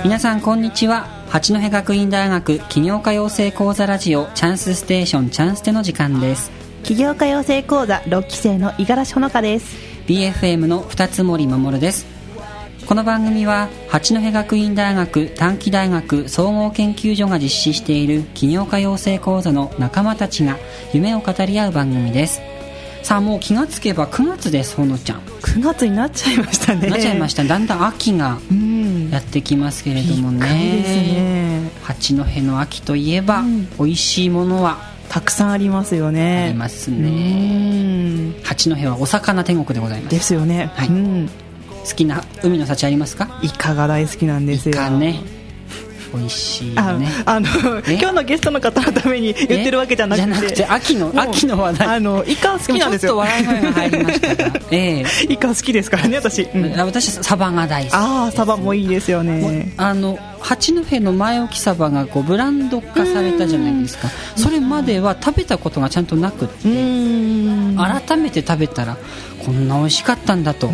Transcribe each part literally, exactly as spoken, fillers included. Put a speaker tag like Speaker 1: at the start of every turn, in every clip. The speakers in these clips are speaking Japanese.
Speaker 1: 皆さんこんにちは。八戸学院大学起業家養成講座ラジオチャンスステーションチャンステの時間です。
Speaker 2: 起業家養成講座ろっき生の五十嵐ほのかです。
Speaker 1: ビーエフエム の二つ森守です。この番組は八戸学院大学短期大学総合研究所が実施している起業家養成講座の仲間たちが夢を語り合う番組です。さあもう気がつけばくがつです。ほのちゃん
Speaker 2: くがつになっちゃいましたね。
Speaker 1: なっちゃいました。だんだん秋がやってきますけれども ね, ね八戸の秋といえば、うん、美味しいものは
Speaker 2: たくさんありますよね。
Speaker 1: ありますね。八戸はお魚天国でございます。
Speaker 2: ですよね、はい、うん、
Speaker 1: 好きな海の幸ありますか？
Speaker 2: イカが大好きなんですよ。
Speaker 1: イカね、美味しいよね。
Speaker 2: ああの今日のゲストの方のために言ってるわけじゃなくて、
Speaker 1: じゃなくて秋の秋の話題。
Speaker 2: あのイカ好きなんですよ。
Speaker 1: ちょっと笑い声が入りましたが、えー、
Speaker 2: イカ好きですからね私、うん、
Speaker 1: 私サバが大好きです。
Speaker 2: ああサバもいいですよね。あの
Speaker 1: 八戸の前置きサバがこうブランド化されたじゃないですか。それまでは食べたことがちゃんとなくって、改めて食べたらこんな美味しかったんだと、うん、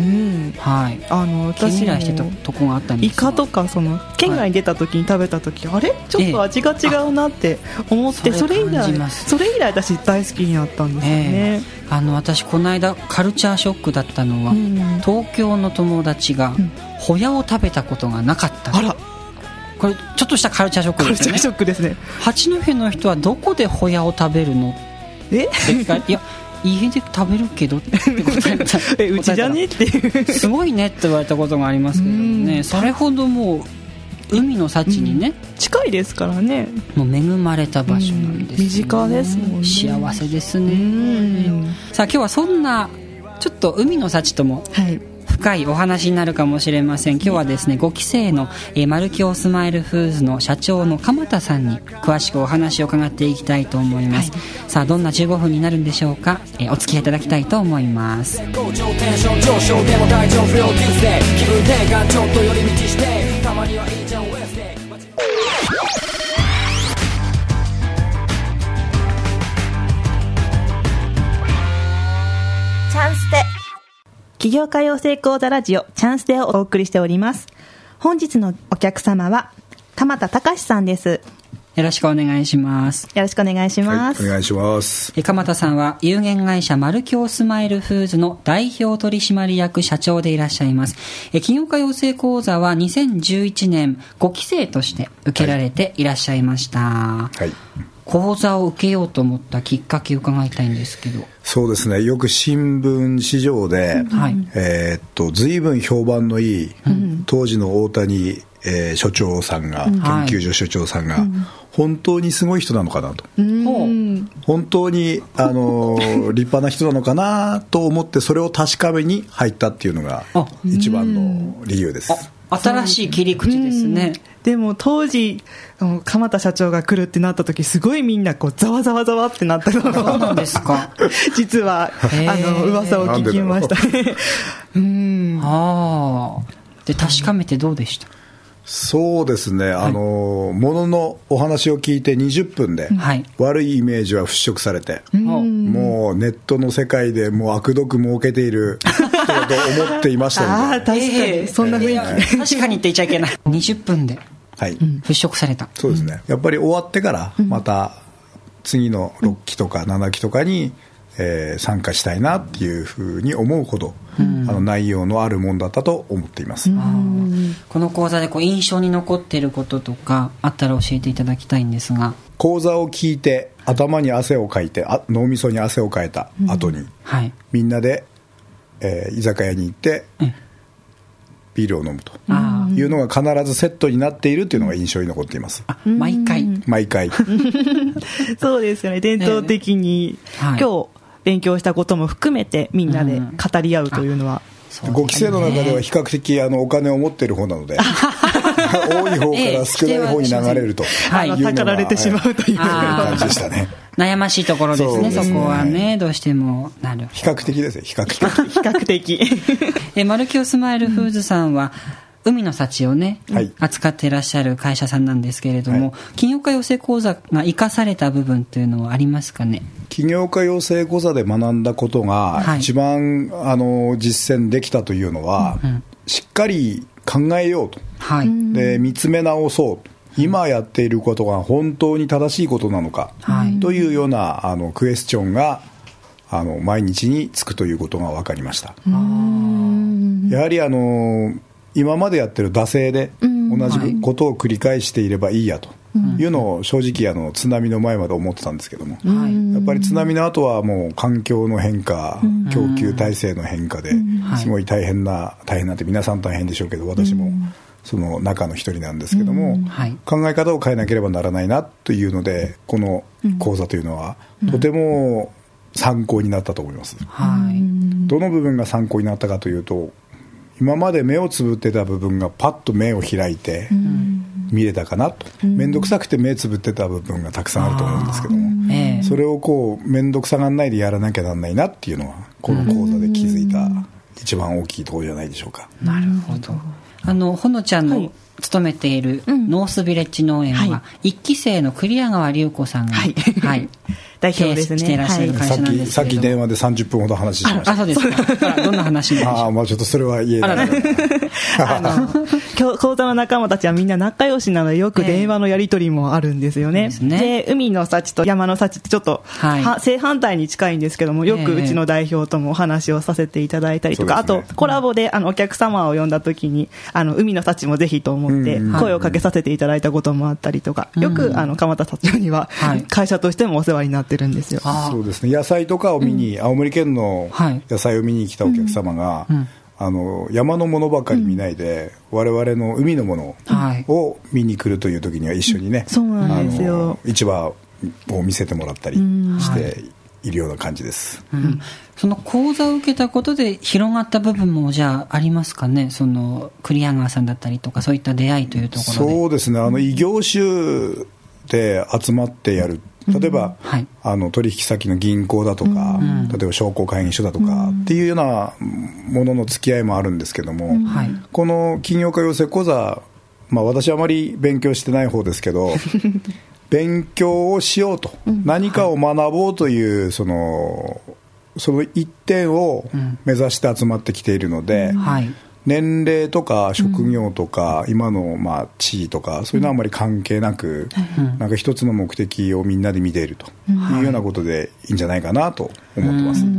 Speaker 1: はい、あの私もしてたとこがあったんです。
Speaker 2: イカとかその県外に出た時に食べた時、はい、あれちょっと味が違うなって思って、ええ、それ以来それ以来私大好きになったんですよね、
Speaker 1: えー、あの私この間カルチャーショックだったのは、うん、東京の友達がホヤを食べたことがなかった、うん、あらこれちょっとしたカルチャーショックですね。カルチャーショックですね。八戸の人はどこでホヤを食べるのえいや家で食べるけどって答えた
Speaker 2: えうちじゃねっていう
Speaker 1: すごいねって言われたことがありますけどね。それほどもう海の幸にね、
Speaker 2: 近いですからね。も
Speaker 1: う恵まれた場所なんです、ね、
Speaker 2: 身近ですもんね。
Speaker 1: 幸せですね。さあ今日はそんなちょっと海の幸とも、はい、深いお話になるかもしれません。今日はですねごき生の、えー、マルキョウスマイルフーズの社長の鎌田さんに詳しくお話を伺っていきたいと思います、はい、さあどんなじゅうごふんになるんでしょうか、えー、お付き合いいただきたいと思います。
Speaker 2: チャンステ起業家養成講座ラジオチャンステをお送りしております。本日のお客様は鎌田隆さんです。
Speaker 1: よろしくお願いします。
Speaker 2: よろしくお願いします、
Speaker 3: はい、お願いします。
Speaker 1: え鎌田さんは有限会社マルキョウスマイルフーズの代表取締役社長でいらっしゃいます。え起業家養成講座はにせんじゅういちねんごき生として受けられていらっしゃいました、はい、講座を受けようと思ったきっかけを伺いたいんですけど。
Speaker 3: そうですね、よく新聞市場で、はい、えー、っと随分評判のいい、うん、当時の大谷、えー、所長さんが、うん、研究所所長さんが、はい、本当にすごい人なのかなと、うん、本当にあの立派な人なのかなと思ってそれを確かめに入ったっていうのが一番の理由です。
Speaker 1: 新しい切り口ですね。
Speaker 2: でも当時鎌田社長が来るってなった時すごいみんなこうざわざわざわってなったの。
Speaker 1: そうなんですか。
Speaker 2: 実はあの噂を聞きましたね。
Speaker 1: うん、あで確かめてどうでした？
Speaker 3: そうですね、あの、はい、もののお話を聞いてにじゅっぷんで、はい、悪いイメージは払拭されて、うん、もうネットの世界でもう悪毒儲けている人だと思っていましたので。
Speaker 2: あ確かに、えー、そんな雰囲気、え
Speaker 1: ー、確かにって言っちゃいけないにじゅっぷんで、はい、払拭された。
Speaker 3: そうですね、やっぱり終わってからまた次のろっきとかななきとかに、えー、参加したいなっていうふうに思うほど、うん、あの内容のあるものだったと思っています。
Speaker 1: この講座でこう印象に残っていることとかあったら教えていただきたいんですが。
Speaker 3: 講座を聞いて頭に汗をかいてあ脳みそに汗をかいた後に、うんはい、みんなで、えー、居酒屋に行ってビールを飲むというのが必ずセットになっているというのが印象に残っています。
Speaker 1: あ毎回
Speaker 3: 毎回
Speaker 2: そうですよね。伝統的に、えーはい、今日勉強したことも含めてみんなで語り合うというのは、
Speaker 3: うん、ごき生の中では比較的あのお金を持っている方なので多い方から少ない方に流れるというのが、
Speaker 2: たかられてしまうという
Speaker 3: 感じでしたね。
Speaker 1: 悩ましいところですね。 そ, そこはね、はい、どうしてもなる
Speaker 3: 比較的ですよ。比較的
Speaker 2: 比較的
Speaker 1: えマルキョウスマイルフーズさんは、うん、海の幸をね、はい、扱っていらっしゃる会社さんなんですけれども、はい、起業家養成講座が生かされた部分というのはありますかね？
Speaker 3: 起業家養成講座で学んだことが一番、はい、あの実践できたというのは、うんうん、しっかり考えようと、
Speaker 1: はい、
Speaker 3: で見つめ直そう今やっていることが本当に正しいことなのか、はい、というようなあのクエスチョンがあの毎日につくということが分かりました。やはりあの今までやってる惰性で同じことを繰り返していればいいやというのを正直あの津波の前まで思ってたんですけども、はい、やっぱり津波の後はもう環境の変化、供給体制の変化ですごい大変な大変なんて皆さん大変でしょうけど私もその中の一人なんですけども、はい、考え方を変えなければならないなというのでこの講座というのはとても参考になったと思います、はい、どの部分が参考になったかというと今まで目をつぶってた部分がパッと目を開いて見れたかなと、面倒くさくて目つぶってた部分がたくさんあると思うんですけども、それをこう面倒くさがんないでやらなきゃなんないなっていうのはこの講座で気づいた一番大きいところじゃないでしょうか。
Speaker 1: なるほど。あのほのちゃんの勤めているノースビレッジ農園は、はい、いっき生の栗谷川隆子さんが、はいはい、
Speaker 2: 代表ですね。
Speaker 1: していらっしゃる会社なんですけれども、
Speaker 3: さっき、さっき電話でさんじゅっぷんほど話しました。
Speaker 1: あ、そうですか。どんな話なんでしょう。
Speaker 3: あ、まあちょっとそれは言えない。
Speaker 2: あの講座の仲間たちはみんな仲良しなのでよく電話のやり取りもあるんですよね。えー、で, で海の幸と山の幸ってちょっと、はい、正反対に近いんですけどもよくうちの代表ともお話をさせていただいたりとか、えー、あとコラボであのお客様を呼んだ時にあの海の幸もぜひと思って声をかけさせていただいたこともあったりとか、うん、よくあの鎌田社長には会社としてもお世話になってるんですよ。
Speaker 3: はい、そうですね。野菜とかを見に、うん、青森県の野菜を見に来たお客様が、うんうん、あの山のものばかり見ないで、うん、我々の海のものを見に来るという時には一緒にね、
Speaker 2: うん、そうなんですよ。
Speaker 3: 市場を見せてもらったりしているような感じです。
Speaker 1: うんうん、その講座を受けたことで広がった部分もじゃあありますかね。その栗谷川さんだったりとかそういった出会いというところで。
Speaker 3: そうですね。あの異業種で集まってやる。例えば、うんはい、あの取引先の銀行だとか、うん、例えば商工会議所だとか、うん、っていうようなものの付き合いもあるんですけども、うんはい、この起業家養成講座、まあ、私はあまり勉強してない方ですけど勉強をしようと、うん、何かを学ぼうというその、その一点を目指して集まってきているので、うんはい年齢とか職業とか、うん、今のまあ地位とかそういうのはあまり関係なく、うん、なんか一つの目的をみんなで見ているというようなことでいいんじゃないかなと思ってます、うん、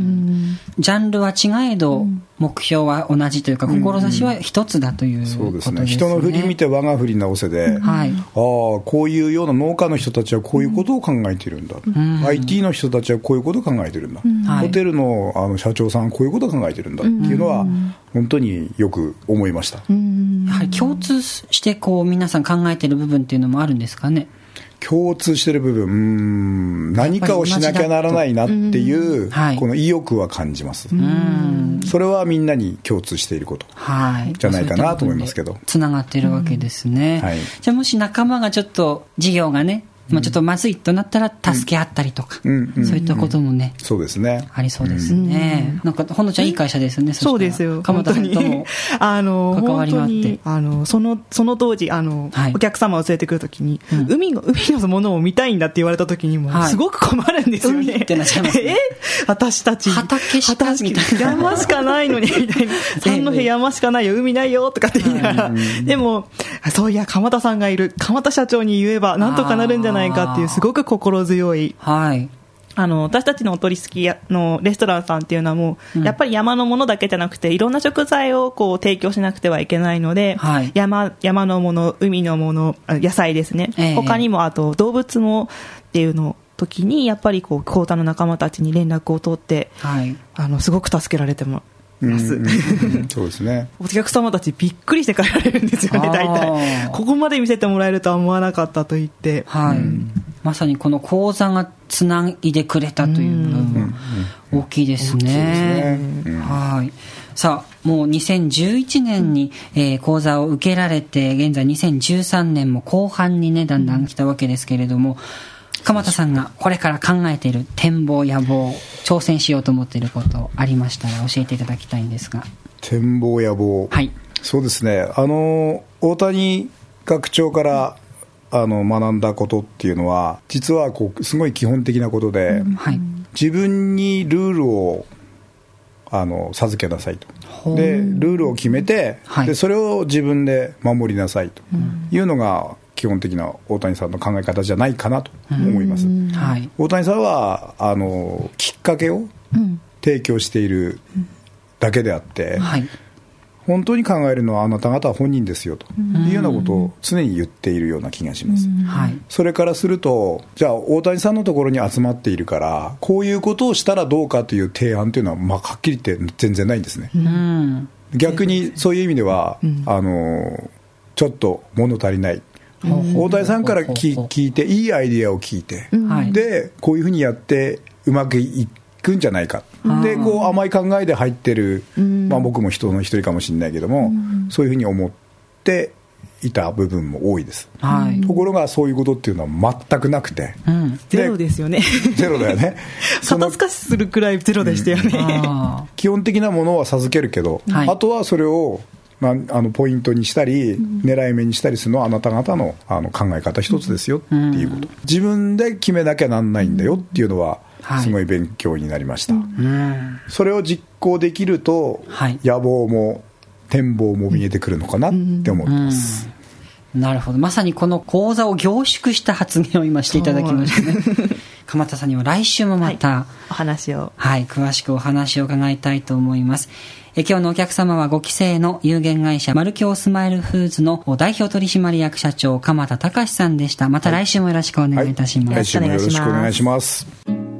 Speaker 1: ジャンルは違えど目標は同じというか、うん、志は一つだということですね。そうですね。
Speaker 3: 人の振り見て我が振り直せで、うんはい、ああこういうような農家の人たちはこういうことを考えているんだ、うん、アイティー の人たちはこういうことを考えているんだ、うん、ホテル の, あの社長さんはこういうことを考えているんだっていうのは本当によく思いました。
Speaker 1: うん、やはり共通してこう皆さん考えている部分っていうのもあるんですかね。
Speaker 3: 共通している部分、うーん何かをしなきゃならないなっていう、はい、この意欲は感じます。うんそれはみんなに共通していることじゃないかなと思いますけど、
Speaker 1: つながっているわけですね、うんはい、じゃあもし仲間がちょっと事業がねまあ、ちょっとまずいとなったら助け合ったりとか、うんうん、そういったこともね、
Speaker 3: うん、そうですね
Speaker 1: ありそうですね、うん、なんかほのちゃんいい会社ですね。
Speaker 2: そうですよ。鎌田さんともあの関わりがあってあの そ, のその当時あの、はい、お客様を連れてくるときに、うん、海の海のものを見たいんだって言われたときにも、はい、すごく困るんですよね。
Speaker 1: 海ってなっちゃいますね。
Speaker 2: え私たち
Speaker 1: 畑しかみたいな
Speaker 2: 山しかないのにみたいな三戸山しかないよ海ないよとかって言いながら、でもそういや鎌田さんがいる鎌田社長に言えばなんとかなるんじゃないかっていうすごく心強い、はい、あの私たちのお取引のレストランさんっていうのはもう、うん、やっぱり山のものだけじゃなくていろんな食材をこう提供しなくてはいけないので、はい、山, 山のもの海のもの野菜ですね、えー、他にもあと動物もっていうの時にやっぱりこう講座の仲間たちに連絡を取って、はい、あのすごく助けられてもます、うんうん、
Speaker 3: そうですね。
Speaker 2: お客様たちびっくりして帰られるんですよね。大体ここまで見せてもらえるとは思わなかったと言って、
Speaker 1: はいうん、まさにこの講座がつないでくれたという部分大きいですね、うんうん、はいさあもうにせんじゅういちねんに、えー、講座を受けられて現在にせんじゅうさんねんも後半にねだんだん来たわけですけれども、鎌田さんがこれから考えている展望野望挑戦しようと思っていることありましたら教えていただきたいんですが。
Speaker 3: 展望野望、はい、そうですね。あの大谷学長からあの学んだことっていうのは実はこうすごい基本的なことで、うんはい、自分にルールをあの授けなさいと。でルールを決めて、はい、でそれを自分で守りなさいというのが基本的な大谷さんの考え方じゃないかなと思います。はい、大谷さんはあのきっかけを提供しているだけであって、はい、本当に考えるのはあなた方は本人ですよというようなことを常に言っているような気がします。はい、それからすると、じゃあ大谷さんのところに集まっているからこういうことをしたらどうかという提案というのは、まあ、はっきり言って全然ないんですね。うん、逆にそういう意味では、うん、あのちょっと物足りない、うん、大谷さんから聞、聞いていいアイデアを聞いて、うん、でこういうふうにやってうまくいくんじゃないか、でこう甘い考えで入ってる、まあ、僕も人の一人かもしれないけども、うん、そういうふうに思っていた部分も多いです、はい、ところがそういうことっていうのは全くなくて、うん、
Speaker 2: ゼロですよね。
Speaker 3: ゼロだよね。
Speaker 2: 肩透かしするくらいゼロでしたよね。
Speaker 3: うん、基本的なものは授けるけど、はい、あとはそれをまあ、あのポイントにしたり、うん、狙い目にしたりするのはあなた方 の, あの考え方一つですよっていうこと、うん、自分で決めなきゃなんないんだよっていうのはすごい勉強になりました、はい、うん、それを実行できると、はい、野望も展望も見えてくるのかなって思ってます、
Speaker 1: うん、なるほど。まさにこの講座を凝縮した発言を今していただきましたね。鎌田さんには来週もまた、はい、
Speaker 2: お話を、
Speaker 1: はい、詳しくお話を伺いたいと思います。え今日のお客様はご期生の有限会社マルキョウスマイルフーズの代表取締役社長鎌田隆さんでした。また来週もよろしくお願いいたします。
Speaker 3: はい、来週もよろしくお願いします。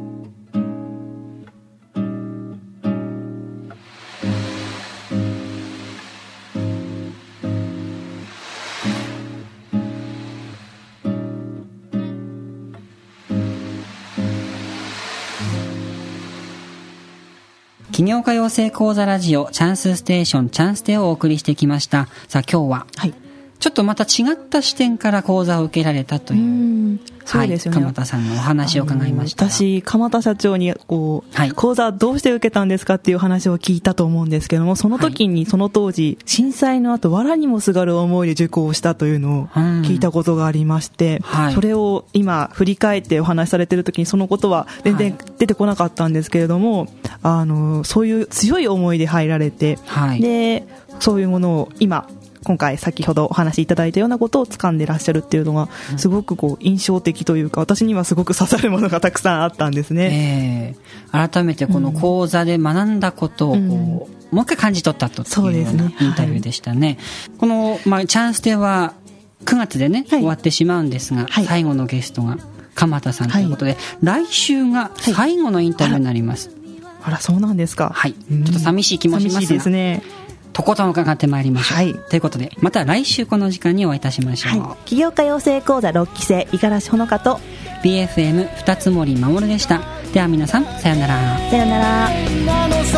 Speaker 1: 起業家養成講座ラジオチャンスステーションチャンステをお送りしてきました。さあ今日は、はい、ちょっとまた違った視点から講座を受けられたという、うん、そうですよね、はい、鎌田さんのお話を伺いました。
Speaker 2: 私鎌田社長にこう、はい、講座どうして受けたんですかっていう話を聞いたと思うんですけども、その時にその当時、はい、震災の後藁にもすがる思いで受講したというのを聞いたことがありまして、うん、はい、それを今振り返ってお話しされている時にそのことは全然出てこなかったんですけれども、はい、あのそういう強い思いで入られて、はい、でそういうものを今今回先ほどお話しいただいたようなことを掴んでらっしゃるっていうのがすごくこう印象的というか、私にはすごく刺さるものがたくさんあったんですね、
Speaker 1: えー、改めてこの講座で学んだことをこう、うん、もう一回感じ取ったというようなインタビューでしたね、はい、この、まあ、チャンステはくがつでね、はい、終わってしまうんですが、はい、最後のゲストが鎌田さんということで、はい、来週が最後のインタビューになります、
Speaker 2: はい、あらそうなんですか。
Speaker 1: はい、ちょっと寂しい気もしますが、寂しいですね。とことん伺ってまいりましょう、はい、ということでまた来週この時間にお会いいたしましょう、はい、
Speaker 2: 起業家養成講座ろっき生五十嵐ほのかと
Speaker 1: ビーエフエム 二つ森守でした。では皆さんさよなら。
Speaker 2: さよなら。